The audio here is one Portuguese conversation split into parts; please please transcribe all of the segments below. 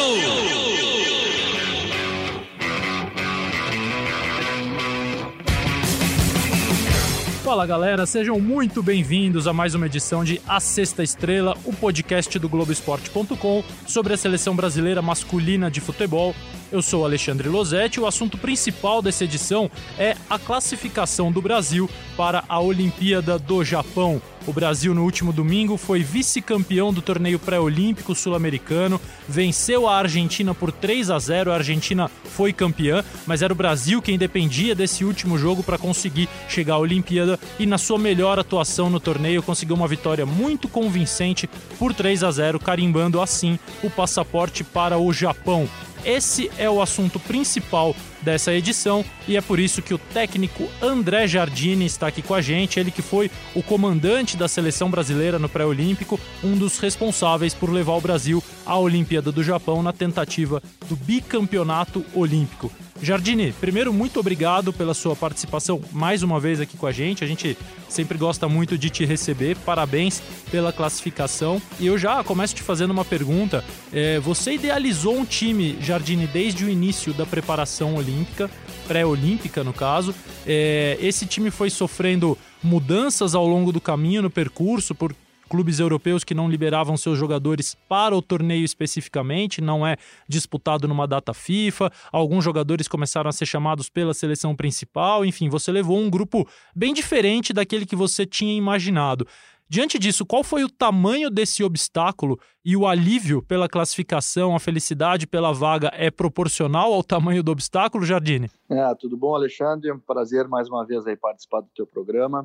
Fala galera, sejam muito bem-vindos a mais uma edição de A Sexta Estrela, o podcast do Globoesporte.com sobre a seleção brasileira masculina de futebol. Eu sou Alexandre Losetti e o assunto principal dessa edição é a classificação do Brasil para a Olimpíada do Japão. O Brasil, no último domingo, foi vice-campeão do torneio pré-olímpico sul-americano, venceu a Argentina por 3-0, a Argentina foi campeã, mas era o Brasil quem dependia desse último jogo para conseguir chegar à Olimpíada e, na sua melhor atuação no torneio, conseguiu uma vitória muito convincente por 3-0, carimbando assim o passaporte para o Japão. Esse é o assunto principal dessa edição e é por isso que o técnico André Jardine está aqui com a gente, ele que foi o comandante da seleção brasileira no pré-olímpico, um dos responsáveis por levar o Brasil à Olimpíada do Japão na tentativa do bicampeonato olímpico. Jardine, primeiro, muito obrigado pela sua participação mais uma vez aqui com a gente sempre gosta muito de te receber, parabéns pela classificação. E eu já começo te fazendo uma pergunta, você idealizou um time, Jardine, desde o início da preparação olímpica, pré-olímpica no caso, esse time foi sofrendo mudanças ao longo do caminho, no percurso, por clubes europeus que não liberavam seus jogadores para o torneio especificamente, não é disputado numa data FIFA, alguns jogadores começaram a ser chamados pela seleção principal, enfim, você levou um grupo bem diferente daquele que você tinha imaginado. Diante disso, qual foi o tamanho desse obstáculo e o alívio pela classificação, a felicidade pela vaga é proporcional ao tamanho do obstáculo, Jardine? Tudo bom, Alexandre? É um prazer mais uma vez aí participar do teu programa.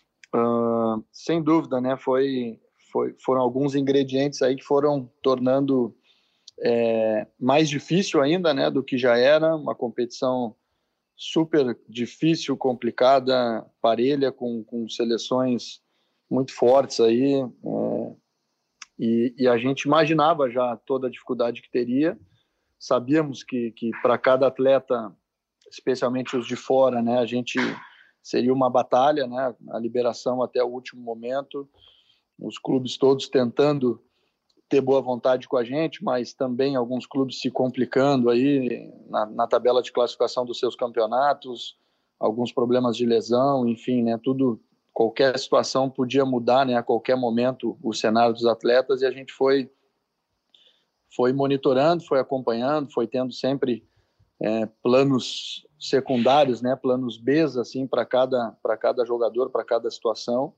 Sem dúvida, né? Foram alguns ingredientes aí que foram tornando mais difícil ainda, né, do que já era, uma competição super difícil, complicada, parelha, com seleções muito fortes aí, e a gente imaginava já toda a dificuldade que teria, sabíamos que para cada atleta, especialmente os de fora, né, a gente seria uma batalha, né? A liberação até o último momento, os clubes todos tentando ter boa vontade com a gente, mas também alguns clubes se complicando aí na tabela de classificação dos seus campeonatos, alguns problemas de lesão, enfim, né? Tudo, qualquer situação podia mudar, né? A qualquer momento o cenário dos atletas, e a gente foi monitorando, foi acompanhando, foi tendo sempre planos secundários, né, planos B, assim, para cada jogador, para cada situação.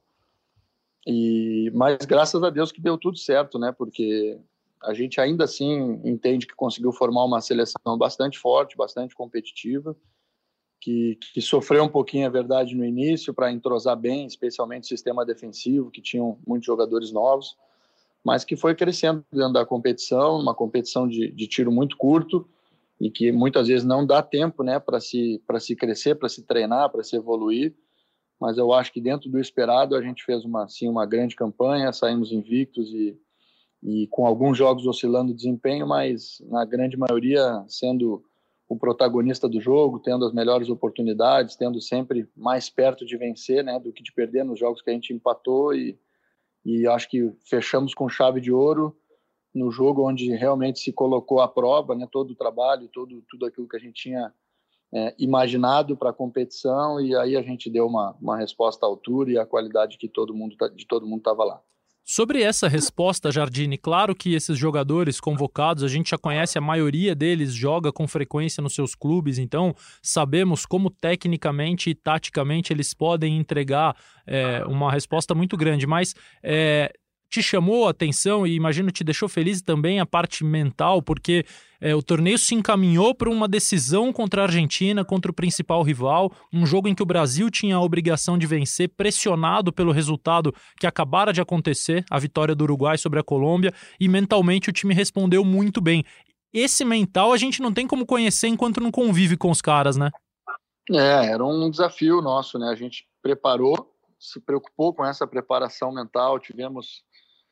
Mas graças a Deus que deu tudo certo, né, porque a gente ainda assim entende que conseguiu formar uma seleção bastante forte, bastante competitiva, que sofreu um pouquinho, é verdade, no início para entrosar bem, especialmente o sistema defensivo, que tinham muitos jogadores novos, mas que foi crescendo dentro da competição, uma competição de tiro muito curto, e que muitas vezes não dá tempo, né, para se crescer, para se treinar, para se evoluir, mas eu acho que dentro do esperado a gente fez uma grande campanha, saímos invictos e com alguns jogos oscilando o desempenho, mas na grande maioria sendo o protagonista do jogo, tendo as melhores oportunidades, tendo sempre mais perto de vencer, né, do que de perder nos jogos que a gente empatou, e acho que fechamos com chave de ouro no jogo onde realmente se colocou à prova, né, todo o trabalho, tudo aquilo que a gente tinha imaginado para a competição, e aí a gente deu uma resposta à altura e à qualidade que todo mundo estava lá. Sobre essa resposta, Jardine, claro que esses jogadores convocados, a gente já conhece, a maioria deles joga com frequência nos seus clubes, então sabemos como tecnicamente e taticamente eles podem entregar uma resposta muito grande, mas te chamou a atenção e imagino te deixou feliz também a parte mental, porque o torneio se encaminhou para uma decisão contra a Argentina, contra o principal rival, um jogo em que o Brasil tinha a obrigação de vencer, pressionado pelo resultado que acabara de acontecer, a vitória do Uruguai sobre a Colômbia, e mentalmente o time respondeu muito bem. Esse mental a gente não tem como conhecer enquanto não convive com os caras, né? Era um desafio nosso, né? A gente se preocupou com essa preparação mental, tivemos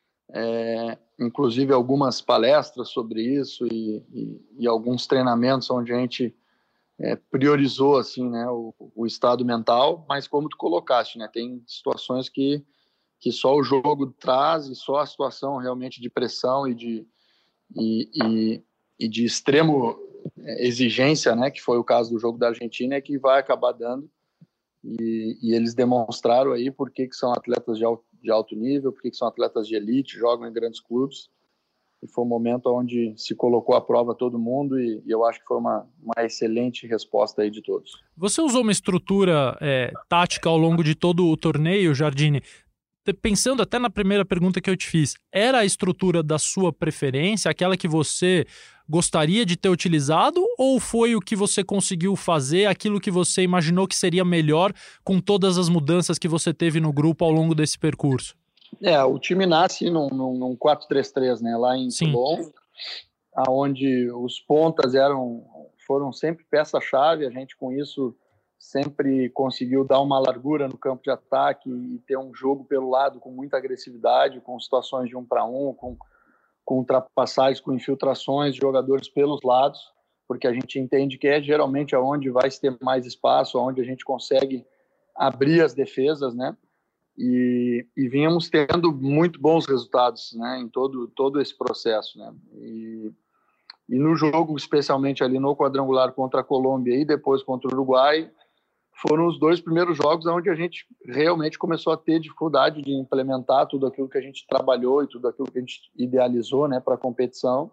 inclusive algumas palestras sobre isso e alguns treinamentos onde a gente priorizou assim, né, o estado mental, mas como tu colocaste, né, tem situações que só o jogo traz, e só a situação realmente de pressão e de extremo exigência, né, que foi o caso do jogo da Argentina, é que vai acabar dando, e eles demonstraram aí por que são atletas de alto nível, por que são atletas de elite, jogam em grandes clubes, e foi um momento onde se colocou à prova todo mundo, e eu acho que foi uma excelente resposta aí de todos. Você usou uma estrutura tática ao longo de todo o torneio, Jardine? Pensando até na primeira pergunta que eu te fiz, era a estrutura da sua preferência, aquela que você gostaria de ter utilizado, ou foi o que você conseguiu fazer, aquilo que você imaginou que seria melhor com todas as mudanças que você teve no grupo ao longo desse percurso? O time nasce num 4-3-3, né, lá em Toulon, onde os pontas foram sempre peça-chave. A gente com isso sempre conseguiu dar uma largura no campo de ataque e ter um jogo pelo lado com muita agressividade, com situações de 1 para 1, com ultrapassagens, com infiltrações de jogadores pelos lados, porque a gente entende que é geralmente aonde vai se ter mais espaço, aonde a gente consegue abrir as defesas, né? E vínhamos tendo muito bons resultados, né, em todo esse processo, né? E no jogo, especialmente ali no quadrangular contra a Colômbia e depois contra o Uruguai, foram os 2 primeiros jogos onde a gente realmente começou a ter dificuldade de implementar tudo aquilo que a gente trabalhou e tudo aquilo que a gente idealizou, né, para a competição.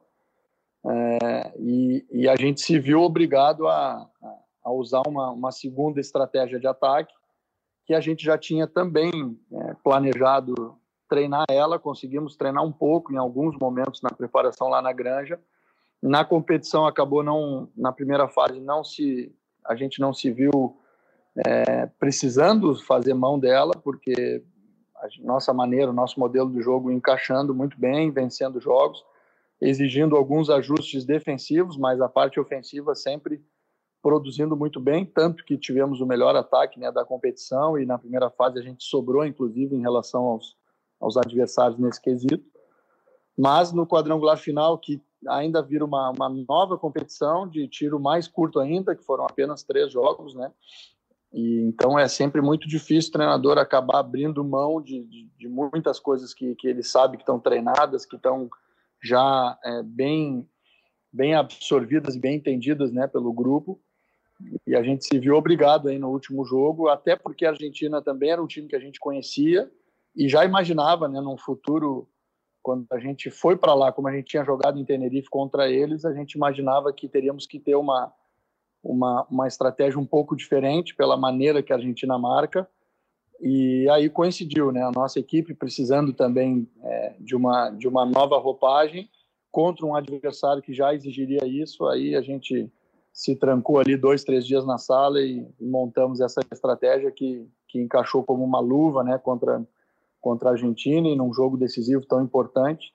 E a gente se viu obrigado a usar uma segunda estratégia de ataque, que a gente já tinha também planejado treinar ela. Conseguimos treinar um pouco em alguns momentos na preparação lá na Granja. Na competição acabou na primeira fase a gente não se viu precisando fazer mão dela, porque nossa maneira, o nosso modelo de jogo encaixando muito bem, vencendo jogos, exigindo alguns ajustes defensivos, mas a parte ofensiva sempre produzindo muito bem, tanto que tivemos o melhor ataque, né, da competição, e na primeira fase a gente sobrou, inclusive, em relação aos adversários nesse quesito. Mas no quadrangular final, que ainda vira uma nova competição de tiro mais curto ainda, que foram apenas 3 jogos, né? E então é sempre muito difícil o treinador acabar abrindo mão de muitas coisas que ele sabe que estão treinadas, que estão já bem absorvidas e bem entendidas, né, pelo grupo. E a gente se viu obrigado aí no último jogo, até porque a Argentina também era um time que a gente conhecia e já imaginava, né, num futuro, quando a gente foi para lá, como a gente tinha jogado em Tenerife contra eles, a gente imaginava que teríamos que ter uma estratégia um pouco diferente pela maneira que a Argentina marca. E aí coincidiu, né, a nossa equipe precisando também de uma nova roupagem contra um adversário que já exigiria isso. Aí a gente se trancou ali 2, 3 dias na sala e montamos essa estratégia que encaixou como uma luva, né, contra a Argentina, e num jogo decisivo tão importante.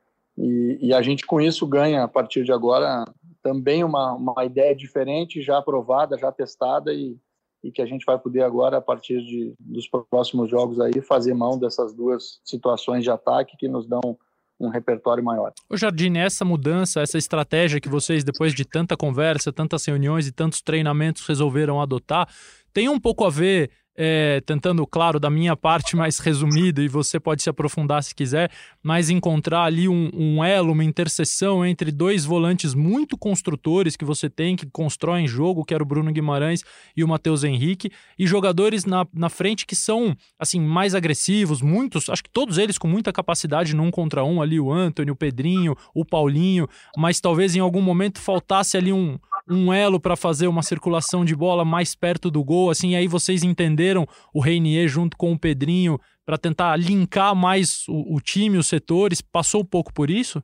E a gente com isso ganha, a partir de agora, também uma ideia diferente, já aprovada, já testada, e que a gente vai poder agora, a partir dos próximos jogos aí, fazer mão dessas 2 situações de ataque que nos dão um repertório maior. Ô Jardine, essa mudança, essa estratégia que vocês, depois de tanta conversa, tantas reuniões e tantos treinamentos, resolveram adotar, tem um pouco a ver, tentando, claro, da minha parte mais resumida, e você pode se aprofundar se quiser, mas encontrar ali um elo, uma interseção entre 2 volantes muito construtores que você tem, que constroem jogo, que era o Bruno Guimarães e o Matheus Henrique, e jogadores na frente que são assim, mais agressivos, muitos, acho que todos eles com muita capacidade no 1 contra 1, ali o Antony, o Pedrinho, o Paulinho, mas talvez em algum momento faltasse ali um elo para fazer uma circulação de bola mais perto do gol, assim, e aí vocês entenderam o Reinier junto com o Pedrinho para tentar linkar mais o time, os setores. Passou um pouco por isso?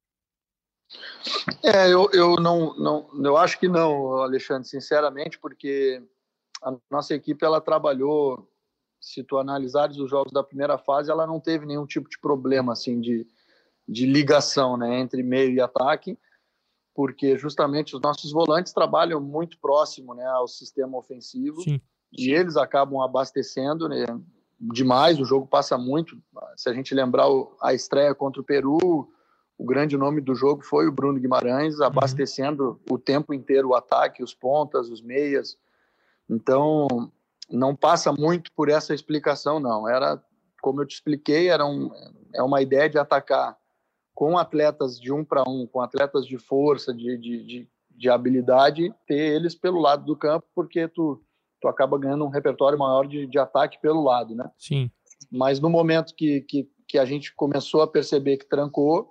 Eu acho que não, Alexandre, sinceramente, porque a nossa equipe, ela trabalhou, se tu analisares os jogos da primeira fase, ela não teve nenhum tipo de problema, assim, de ligação, né, entre meio e ataque, porque justamente os nossos volantes trabalham muito próximo, né, ao sistema ofensivo. Sim. E eles acabam abastecendo, né, demais. O jogo passa muito. Se a gente lembrar a estreia contra o Peru, o grande nome do jogo foi o Bruno Guimarães, abastecendo o tempo inteiro o ataque, os pontas, os meias. Então, não passa muito por essa explicação, não. Era, como eu te expliquei, é uma ideia de atacar com atletas de 1 para 1, com atletas de força, de habilidade, ter eles pelo lado do campo, porque tu acaba ganhando um repertório maior de ataque pelo lado, né? Sim. Mas no momento que a gente começou a perceber que trancou,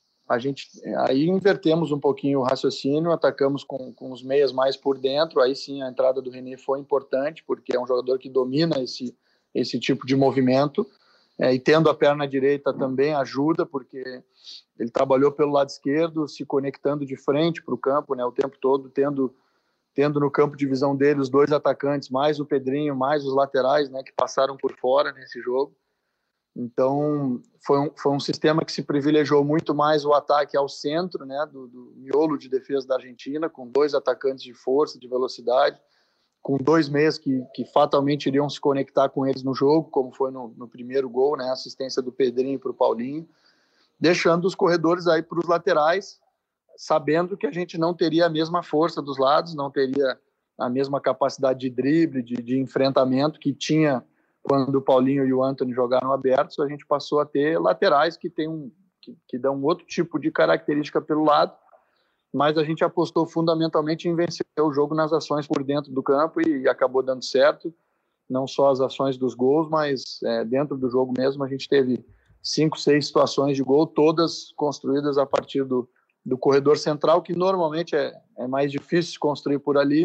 aí invertemos um pouquinho o raciocínio, atacamos com os meias mais por dentro. Aí sim a entrada do René foi importante, porque é um jogador que domina esse tipo de movimento, e tendo a perna direita também ajuda, porque ele trabalhou pelo lado esquerdo, se conectando de frente para o campo, né, o tempo todo, tendo no campo de visão dele os 2 atacantes, mais o Pedrinho, mais os laterais, né, que passaram por fora nesse jogo. Então, foi um sistema que se privilegiou muito mais o ataque ao centro, né, do miolo de defesa da Argentina, com 2 atacantes de força, de velocidade, com 2 meias que fatalmente iriam se conectar com eles no jogo, como foi no primeiro gol, né, a assistência do Pedrinho para o Paulinho, deixando os corredores aí para os laterais, sabendo que a gente não teria a mesma força dos lados, não teria a mesma capacidade de drible, de enfrentamento que tinha quando o Paulinho e o Antony jogaram abertos. A gente passou a ter laterais que dão outro tipo de característica pelo lado, mas a gente apostou fundamentalmente em vencer o jogo nas ações por dentro do campo e acabou dando certo, não só as ações dos gols, mas dentro do jogo mesmo a gente teve 5, 6 situações de gol, todas construídas a partir do corredor central, que normalmente é mais difícil de construir por ali,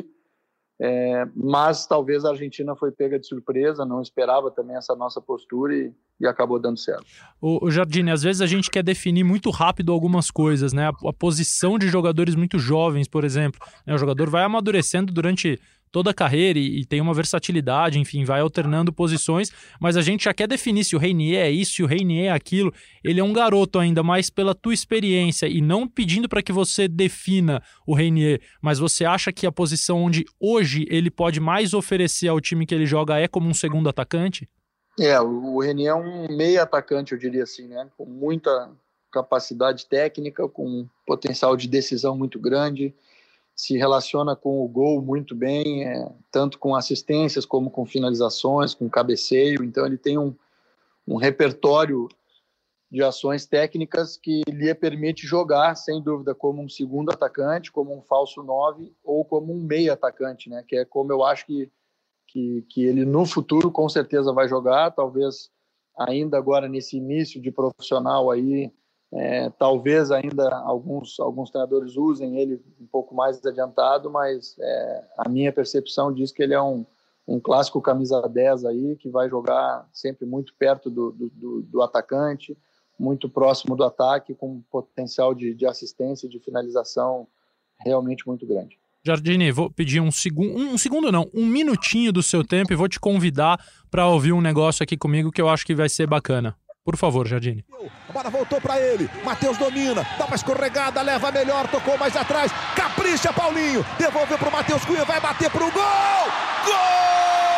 mas talvez a Argentina foi pega de surpresa, não esperava também essa nossa postura e acabou dando certo. O Jardine, às vezes a gente quer definir muito rápido algumas coisas, né? A posição de jogadores muito jovens, por exemplo, né? O jogador vai amadurecendo durante toda a carreira e tem uma versatilidade, enfim, vai alternando posições, mas a gente já quer definir se o Reinier é isso, se o Reinier é aquilo. Ele é um garoto ainda, mas pela tua experiência, e não pedindo para que você defina o Reinier, mas você acha que a posição onde hoje ele pode mais oferecer ao time que ele joga é como um segundo atacante? O Reinier é um meio atacante, eu diria assim, né? Com muita capacidade técnica, com um potencial de decisão muito grande, se relaciona com o gol muito bem, tanto com assistências como com finalizações, com cabeceio. Então ele tem um repertório de ações técnicas que lhe permite jogar, sem dúvida, como um segundo atacante, como um falso 9 ou como um meio atacante, né? Que é como eu acho que ele no futuro com certeza vai jogar, talvez ainda agora nesse início de profissional aí, talvez ainda alguns treinadores usem ele um pouco mais adiantado, mas a minha percepção diz que ele é um clássico camisa 10 aí, que vai jogar sempre muito perto do atacante, muito próximo do ataque, com potencial de assistência e de finalização realmente muito grande. Jardine, vou pedir um minutinho do seu tempo e vou te convidar para ouvir um negócio aqui comigo que eu acho que vai ser bacana. Por favor, Jardine. A bola voltou para ele, Matheus domina, dá uma escorregada, leva melhor, tocou mais atrás, capricha Paulinho, devolveu para o Matheus Cunha, vai bater para o gol! Gol!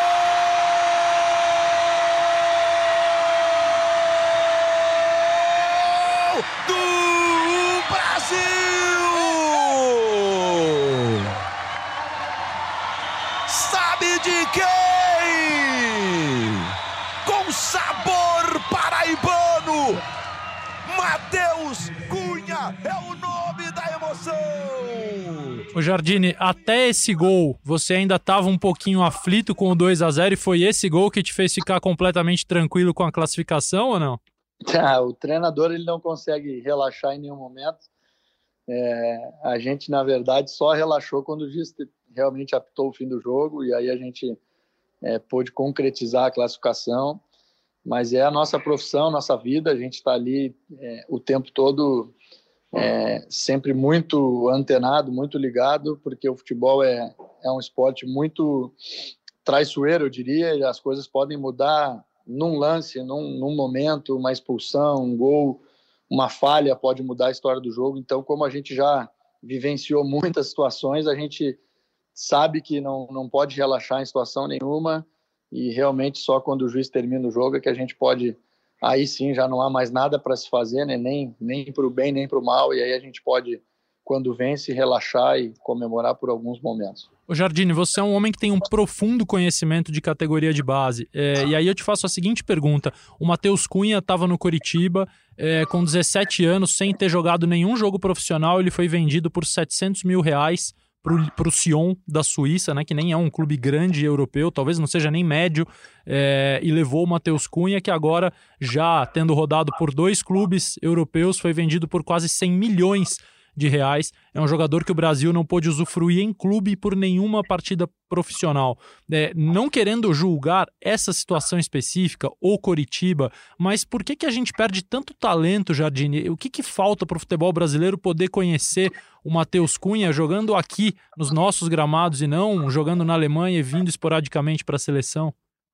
Do Brasil! Sabe de quem? Com sabor paraibano, Matheus Cunha é o nome da emoção. Ô Jardine, até esse gol, você ainda estava um pouquinho aflito com o 2-0 e foi esse gol que te fez ficar completamente tranquilo com a classificação ou não? O treinador ele não consegue relaxar em nenhum momento. A gente, na verdade, só relaxou quando o juiz realmente apitou o fim do jogo e aí a gente pôde concretizar a classificação. Mas é a nossa profissão, nossa vida, a gente está ali o tempo todo sempre muito antenado, muito ligado, porque o futebol é um esporte muito traiçoeiro, eu diria, e as coisas podem mudar num lance, num momento, uma expulsão, um gol, uma falha pode mudar a história do jogo. Então, como a gente já vivenciou muitas situações, a gente sabe que não pode relaxar em situação nenhuma e realmente só quando o juiz termina o jogo é que a gente pode, aí sim já não há mais nada para se fazer, né? nem para o bem, nem para o mal, e aí a gente pode quando vence, relaxar e comemorar por alguns momentos. Ô Jardine, você é um homem que tem um profundo conhecimento de categoria de base. E aí eu te faço a seguinte pergunta. O Matheus Cunha estava no Coritiba com 17 anos, sem ter jogado nenhum jogo profissional. Ele foi vendido por R$700 mil para o Sion da Suíça, né, que nem é um clube grande europeu, talvez não seja nem médio, e levou o Matheus Cunha, que agora, já tendo rodado por 2 clubes europeus, foi vendido por quase R$100 milhões. É um jogador que o Brasil não pôde usufruir em clube por nenhuma partida profissional. Não querendo julgar essa situação específica, ou Coritiba, mas por que a gente perde tanto talento, Jardine? O que falta para o futebol brasileiro poder conhecer o Matheus Cunha jogando aqui nos nossos gramados e não jogando na Alemanha e vindo esporadicamente para a seleção?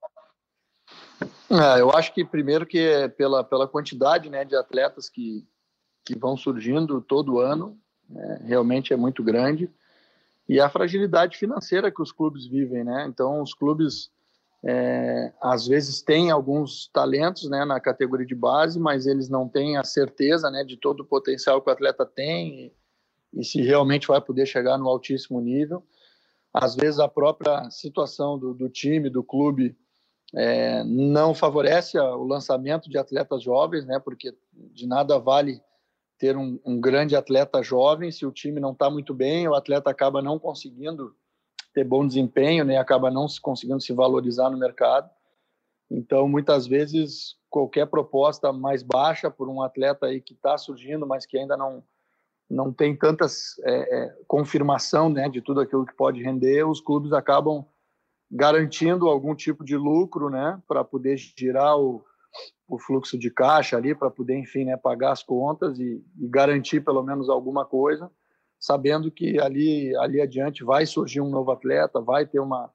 Eu acho que primeiro que é pela quantidade, né, de atletas que vão surgindo todo ano, realmente é muito grande, e a fragilidade financeira que os clubes vivem, né? Então os clubes às vezes têm alguns talentos, né, na categoria de base, mas eles não têm a certeza, né, de todo o potencial que o atleta tem e se realmente vai poder chegar no altíssimo nível. Às vezes a própria situação do time, do clube, não favorece o lançamento de atletas jovens, né, porque de nada vale ter um grande atleta jovem se o time não está muito bem, o atleta acaba não conseguindo ter bom desempenho, né, acaba não conseguindo se valorizar no mercado. Então, muitas vezes, qualquer proposta mais baixa por um atleta aí que está surgindo, mas que ainda não tem tantas confirmação, né, de tudo aquilo que pode render, os clubes acabam garantindo algum tipo de lucro, né, para poder girar o fluxo de caixa ali, para poder, enfim, né, pagar as contas e garantir pelo menos alguma coisa, sabendo que ali adiante vai surgir um novo atleta, vai ter uma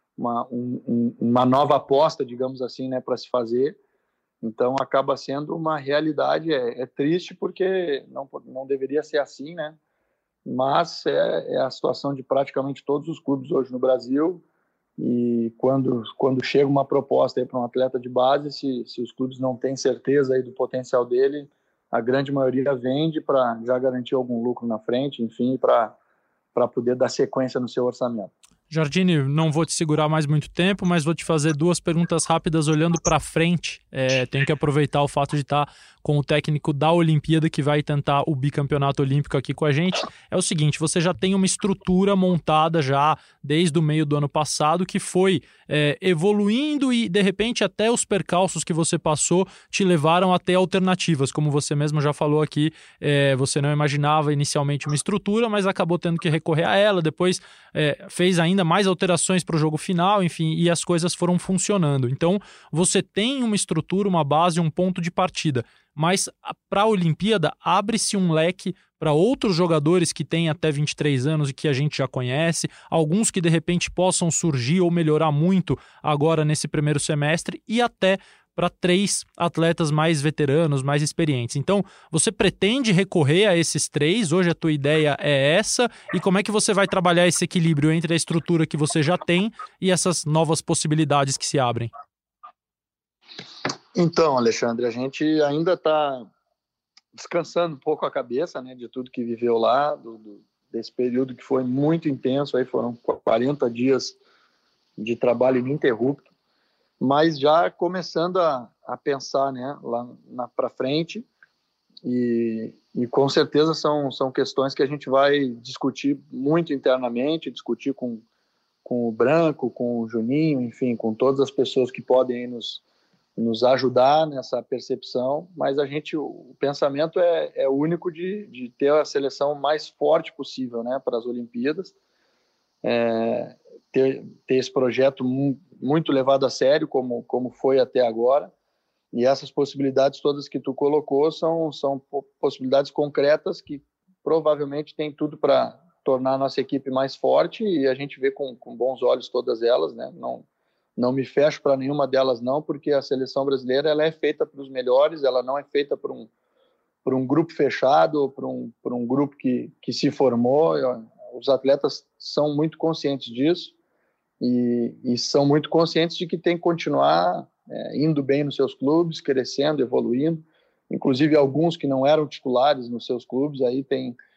nova aposta, digamos assim, né, para se fazer. Então acaba sendo uma realidade, é triste porque não deveria ser assim, né? Mas é a situação de praticamente todos os clubes hoje no Brasil. E quando chega uma proposta para um atleta de base, se os clubes não têm certeza aí do potencial dele, a grande maioria vende para já garantir algum lucro na frente, enfim, para poder dar sequência no seu orçamento. Jardine, não vou te segurar mais muito tempo, mas vou te fazer 2 perguntas rápidas olhando para frente. Tenho que aproveitar o fato de estar com o técnico da Olimpíada que vai tentar o bicampeonato olímpico aqui com a gente. É o seguinte, você já tem uma estrutura montada já desde o meio do ano passado que foi evoluindo e de repente até os percalços que você passou te levaram a ter alternativas, como você mesmo já falou aqui, você não imaginava inicialmente uma estrutura, mas acabou tendo que recorrer a ela, depois fez ainda mais alterações para o jogo final, enfim, e as coisas foram funcionando. Então, você tem uma estrutura, uma base, um ponto de partida, mas para a Olimpíada abre-se um leque para outros jogadores que têm até 23 anos e que a gente já conhece, alguns que de repente possam surgir ou melhorar muito agora nesse primeiro semestre e até para 3 atletas mais veteranos, mais experientes. Então, você pretende recorrer a esses 3? Hoje a tua ideia é essa? E como é que você vai trabalhar esse equilíbrio entre a estrutura que você já tem e essas novas possibilidades que se abrem? Então, Alexandre, a gente ainda está descansando um pouco a cabeça, né, de tudo que viveu lá, desse período que foi muito intenso, aí foram 40 dias de trabalho ininterrupto, mas já começando a pensar, né, lá para frente, e com certeza são questões que a gente vai discutir muito internamente, discutir com o Branco, com o Juninho, enfim, com todas as pessoas que podem nos ajudar nessa percepção, mas o pensamento é único de ter a seleção mais forte possível, né, para as Olimpíadas, ter esse projeto muito levado a sério, como foi até agora, e essas possibilidades todas que tu colocou são possibilidades concretas que provavelmente tem tudo para tornar a nossa equipe mais forte, e a gente vê com bons olhos todas elas, né? Não me fecho para nenhuma delas não, porque a seleção brasileira ela é feita para os melhores, ela não é feita por um grupo fechado, por um grupo que se formou. Os atletas são muito conscientes disso e são muito conscientes de que tem que continuar indo bem nos seus clubes, crescendo, evoluindo. Inclusive alguns que não eram titulares nos seus clubes aí têm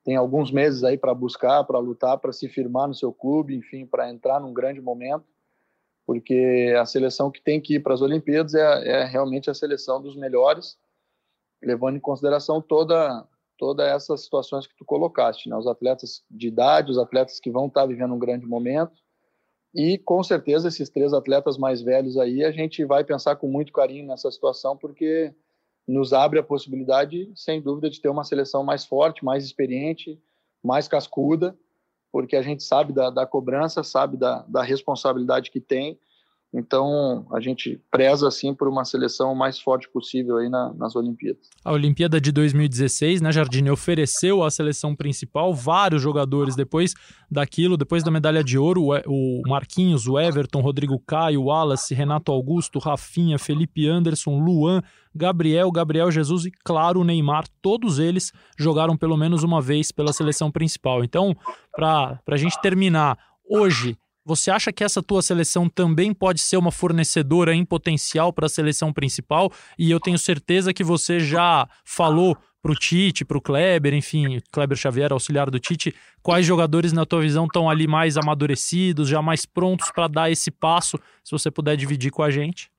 tem alguns meses aí para buscar, para lutar, para se firmar no seu clube, enfim, para entrar num grande momento, porque a seleção que tem que ir para as Olimpíadas é realmente a seleção dos melhores, levando em consideração todas essas situações que tu colocaste, né? Os atletas de idade, os atletas que vão estar vivendo um grande momento, e com certeza esses 3 atletas mais velhos aí, a gente vai pensar com muito carinho nessa situação, porque nos abre a possibilidade, sem dúvida, de ter uma seleção mais forte, mais experiente, mais cascuda, porque a gente sabe da cobrança, sabe da responsabilidade que tem. Então, a gente preza, assim, por uma seleção mais forte possível aí nas Olimpíadas. A Olimpíada de 2016, né, Jardine, ofereceu à seleção principal vários jogadores depois da medalha de ouro, o Marquinhos, o Everton, Rodrigo Caio, Wallace, Renato Augusto, Rafinha, Felipe Anderson, Luan, Gabriel Jesus e, claro, o Neymar. Todos eles jogaram pelo menos uma vez pela seleção principal. Então, para a gente terminar, hoje, você acha que essa tua seleção também pode ser uma fornecedora em potencial para a seleção principal? E eu tenho certeza que você já falou para o Tite, para o Kleber, enfim, Kleber Xavier, auxiliar do Tite, quais jogadores na tua visão estão ali mais amadurecidos, já mais prontos para dar esse passo, se você puder dividir com a gente?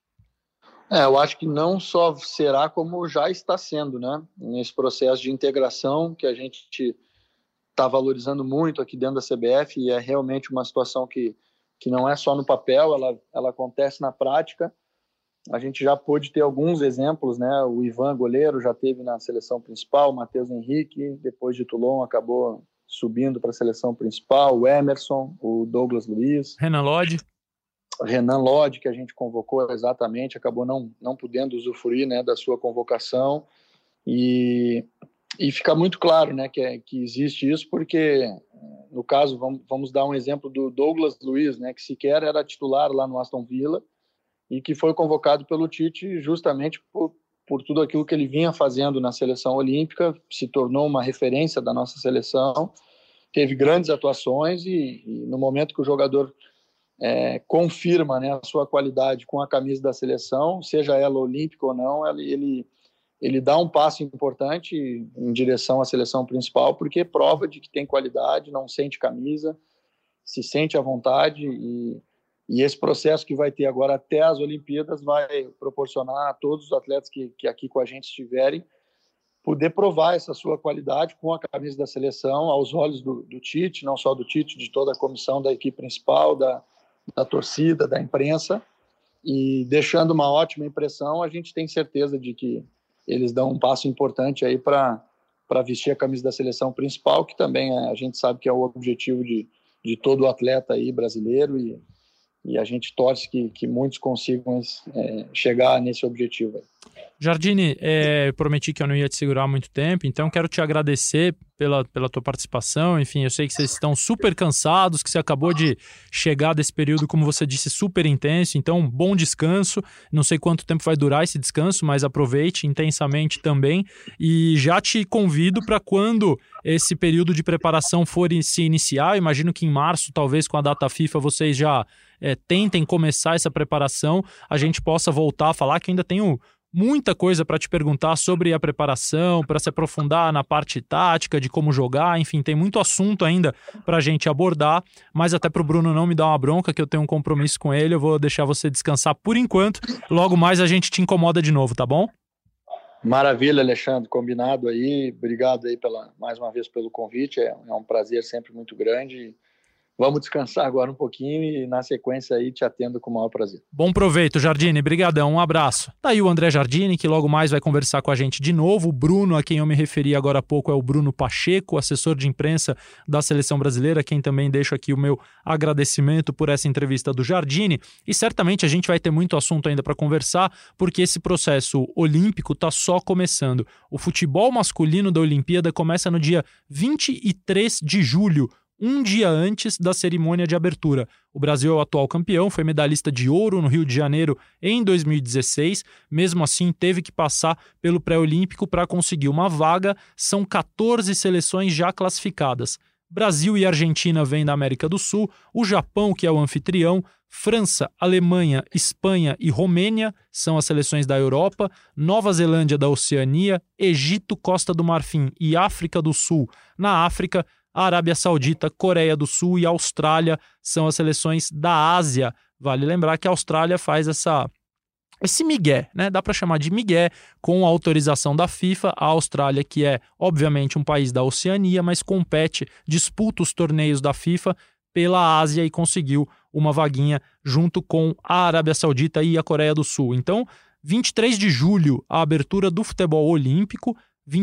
Eu acho que não só será, como já está sendo, né? Nesse processo de integração que a gente está valorizando muito aqui dentro da CBF, e é realmente uma situação que não é só no papel, ela acontece na prática. A gente já pôde ter alguns exemplos, né? O Ivan, goleiro, já teve na seleção principal, o Matheus Henrique, depois de Toulon, acabou subindo para a seleção principal, o Emerson, o Douglas Luiz. Renan Lodge, que a gente convocou exatamente, acabou não podendo usufruir, né, da sua convocação. E fica muito claro, né, que existe isso, porque, no caso, vamos dar um exemplo do Douglas Luiz, né, que sequer era titular lá no Aston Villa e que foi convocado pelo Tite justamente por tudo aquilo que ele vinha fazendo na seleção olímpica, se tornou uma referência da nossa seleção, teve grandes atuações e no momento que o jogador confirma, né, a sua qualidade com a camisa da seleção, seja ela olímpica ou não, ele dá um passo importante em direção à seleção principal, porque prova de que tem qualidade, não sente camisa, se sente à vontade, e esse processo que vai ter agora até as Olimpíadas vai proporcionar a todos os atletas que aqui com a gente estiverem poder provar essa sua qualidade com a camisa da seleção aos olhos do Tite, não só do Tite, de toda a comissão da equipe principal, da torcida, da imprensa, e deixando uma ótima impressão. A gente tem certeza de que eles dão um passo importante aí para vestir a camisa da seleção principal, que também a gente sabe que é o objetivo de todo atleta aí brasileiro, e a gente torce que muitos consigam chegar nesse objetivo aí. Jardine, eu prometi que eu não ia te segurar muito tempo, então quero te agradecer pela tua participação. Enfim, eu sei que vocês estão super cansados, que você acabou de chegar desse período, como você disse, super intenso, então bom descanso. Não sei quanto tempo vai durar esse descanso, mas aproveite intensamente também, e já te convido para quando esse período de preparação for se iniciar. Eu imagino que em março, talvez com a data FIFA, vocês já tentem começar essa preparação, a gente possa voltar a falar, que ainda tenho muita coisa para te perguntar sobre a preparação, para se aprofundar na parte tática, de como jogar, enfim, tem muito assunto ainda para a gente abordar, mas até para o Bruno não me dar uma bronca, que eu tenho um compromisso com ele, eu vou deixar você descansar por enquanto, logo mais a gente te incomoda de novo, tá bom? Maravilha, Alexandre, combinado aí, obrigado aí mais uma vez pelo convite, é um prazer sempre muito grande. Vamos descansar agora um pouquinho e na sequência aí te atendo com o maior prazer. Bom proveito, Jardine. Brigadão, um abraço. Tá aí o André Jardine, que logo mais vai conversar com a gente de novo. O Bruno, a quem eu me referi agora há pouco, é o Bruno Pacheco, assessor de imprensa da Seleção Brasileira, quem também deixo aqui o meu agradecimento por essa entrevista do Jardine. E certamente a gente vai ter muito assunto ainda para conversar, porque esse processo olímpico tá só começando. O futebol masculino da Olimpíada começa no dia 23 de julho, um dia antes da cerimônia de abertura. O Brasil é o atual campeão, foi medalhista de ouro no Rio de Janeiro em 2016, mesmo assim teve que passar pelo pré-olímpico para conseguir uma vaga. São 14 seleções já classificadas. Brasil e Argentina vêm da América do Sul, o Japão, que é o anfitrião, França, Alemanha, Espanha e Romênia são as seleções da Europa, Nova Zelândia da Oceania, Egito, Costa do Marfim e África do Sul na África, a Arábia Saudita, Coreia do Sul e Austrália são as seleções da Ásia. Vale lembrar que a Austrália faz esse migué, né? Dá para chamar de migué, com a autorização da FIFA. A Austrália, que é obviamente um país da Oceania, mas disputa os torneios da FIFA pela Ásia e conseguiu uma vaguinha junto com a Arábia Saudita e a Coreia do Sul. Então, 23 de julho, a abertura do futebol olímpico,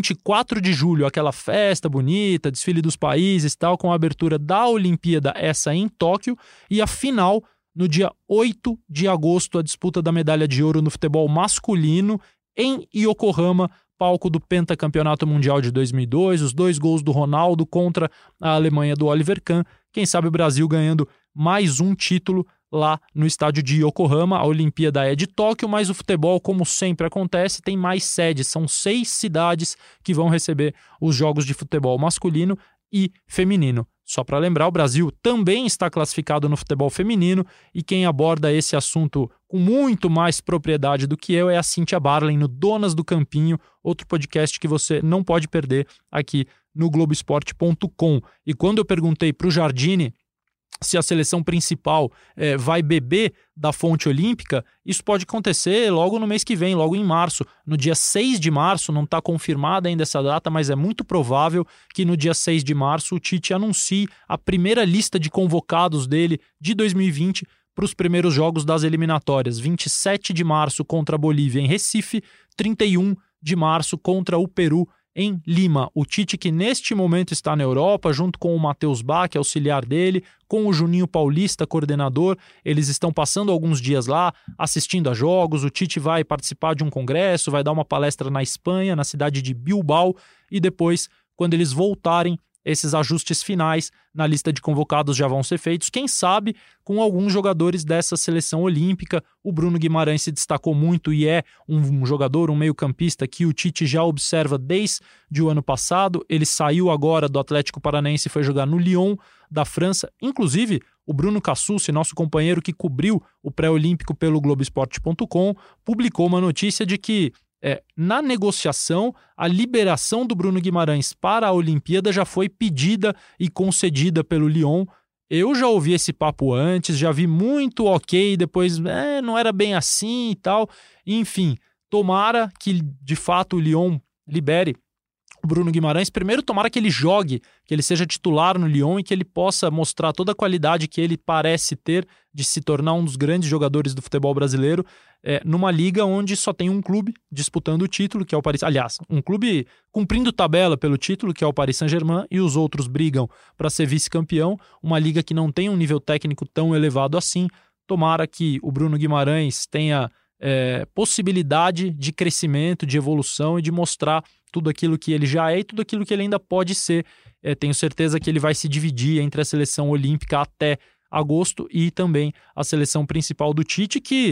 24 de julho, aquela festa bonita, desfile dos países, tal, com a abertura da Olimpíada, essa em Tóquio, e a final no dia 8 de agosto, a disputa da medalha de ouro no futebol masculino em Yokohama, palco do pentacampeonato mundial de 2002, os 2 gols do Ronaldo contra a Alemanha do Oliver Kahn. Quem sabe o Brasil ganhando mais um título lá no estádio de Yokohama. A Olimpíada é de Tóquio, mas o futebol, como sempre acontece, tem mais sedes. São 6 cidades que vão receber os jogos de futebol masculino e feminino. Só para lembrar, o Brasil também está classificado no futebol feminino e quem aborda esse assunto com muito mais propriedade do que eu é a Cíntia Barlen, no Donas do Campinho, outro podcast que você não pode perder aqui no Globoesporte.com. E quando eu perguntei para o Jardine se a seleção principal vai beber da fonte olímpica, isso pode acontecer logo no mês que vem, logo em março. No dia 6 de março, não está confirmada ainda essa data, mas é muito provável que no dia 6 de março o Tite anuncie a primeira lista de convocados dele de 2020 para os primeiros jogos das eliminatórias. 27 de março contra a Bolívia em Recife, 31 de março contra o Peru em Lima. O Tite, que neste momento está na Europa, junto com o Matheus Bach, auxiliar dele, com o Juninho Paulista, coordenador, eles estão passando alguns dias lá, assistindo a jogos. O Tite vai participar de um congresso, vai dar uma palestra na Espanha, na cidade de Bilbao, e depois, quando eles voltarem, esses ajustes finais na lista de convocados já vão ser feitos, quem sabe com alguns jogadores dessa seleção olímpica. O Bruno Guimarães se destacou muito e é um jogador, um meio-campista que o Tite já observa desde o ano passado. Ele saiu agora do Atlético Paranaense e foi jogar no Lyon da França. Inclusive, o Bruno Cassucci, nosso companheiro que cobriu o pré-olímpico pelo Globoesporte.com, publicou uma notícia de que na negociação, a liberação do Bruno Guimarães para a Olimpíada já foi pedida e concedida pelo Lyon. Eu já ouvi esse papo antes, já vi muito ok, depois não era bem assim e tal. Enfim, tomara que de fato o Lyon libere o Bruno Guimarães. Primeiro, tomara que ele jogue, que ele seja titular no Lyon e que ele possa mostrar toda a qualidade que ele parece ter de se tornar um dos grandes jogadores do futebol brasileiro, numa liga onde só tem um clube disputando o título, que é o Paris. Aliás, um clube cumprindo tabela pelo título, que é o Paris Saint-Germain, e os outros brigam para ser vice-campeão. Uma liga que não tem um nível técnico tão elevado assim. Tomara que o Bruno Guimarães tenha possibilidade de crescimento, de evolução e de mostrar tudo aquilo que ele já é e tudo aquilo que ele ainda pode ser. Tenho certeza que ele vai se dividir entre a seleção olímpica até agosto e também a seleção principal do Tite, que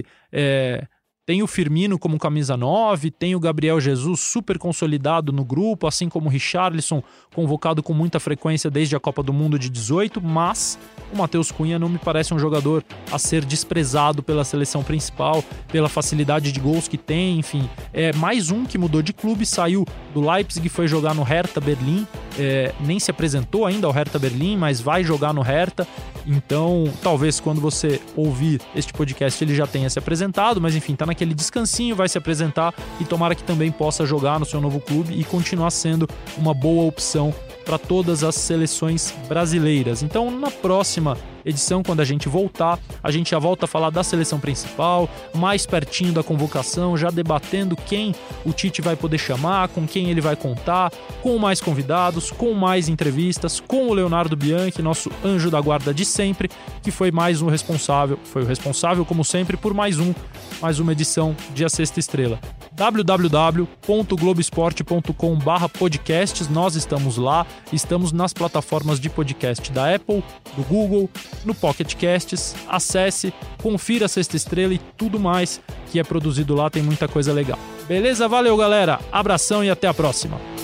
tem o Firmino como camisa 9, tem o Gabriel Jesus super consolidado no grupo, assim como o Richarlison, convocado com muita frequência desde a Copa do Mundo de 18, mas o Matheus Cunha não me parece um jogador a ser desprezado pela seleção principal, pela facilidade de gols que tem, enfim. É mais um que mudou de clube, saiu do Leipzig e foi jogar no Hertha Berlim, nem se apresentou ainda ao Hertha Berlim, mas vai jogar no Hertha. Então, talvez quando você ouvir este podcast ele já tenha se apresentado, mas enfim, tá naquele descansinho, vai se apresentar e tomara que também possa jogar no seu novo clube e continuar sendo uma boa opção para todas as seleções brasileiras. Então, na próxima edição, quando a gente voltar, a gente já volta a falar da seleção principal, mais pertinho da convocação, já debatendo quem o Tite vai poder chamar, com quem ele vai contar, com mais convidados, com mais entrevistas, com o Leonardo Bianchi, nosso anjo da guarda de sempre, que foi mais um responsável, foi o responsável, como sempre, por mais uma edição de A Sexta Estrela. www.globoesporte.com/podcasts, nós estamos lá, estamos nas plataformas de podcast da Apple, do Google, no Pocket Casts. Acesse, confira A Sexta Estrela e tudo mais que é produzido lá, tem muita coisa legal. Beleza? Valeu, galera! Abração e até a próxima!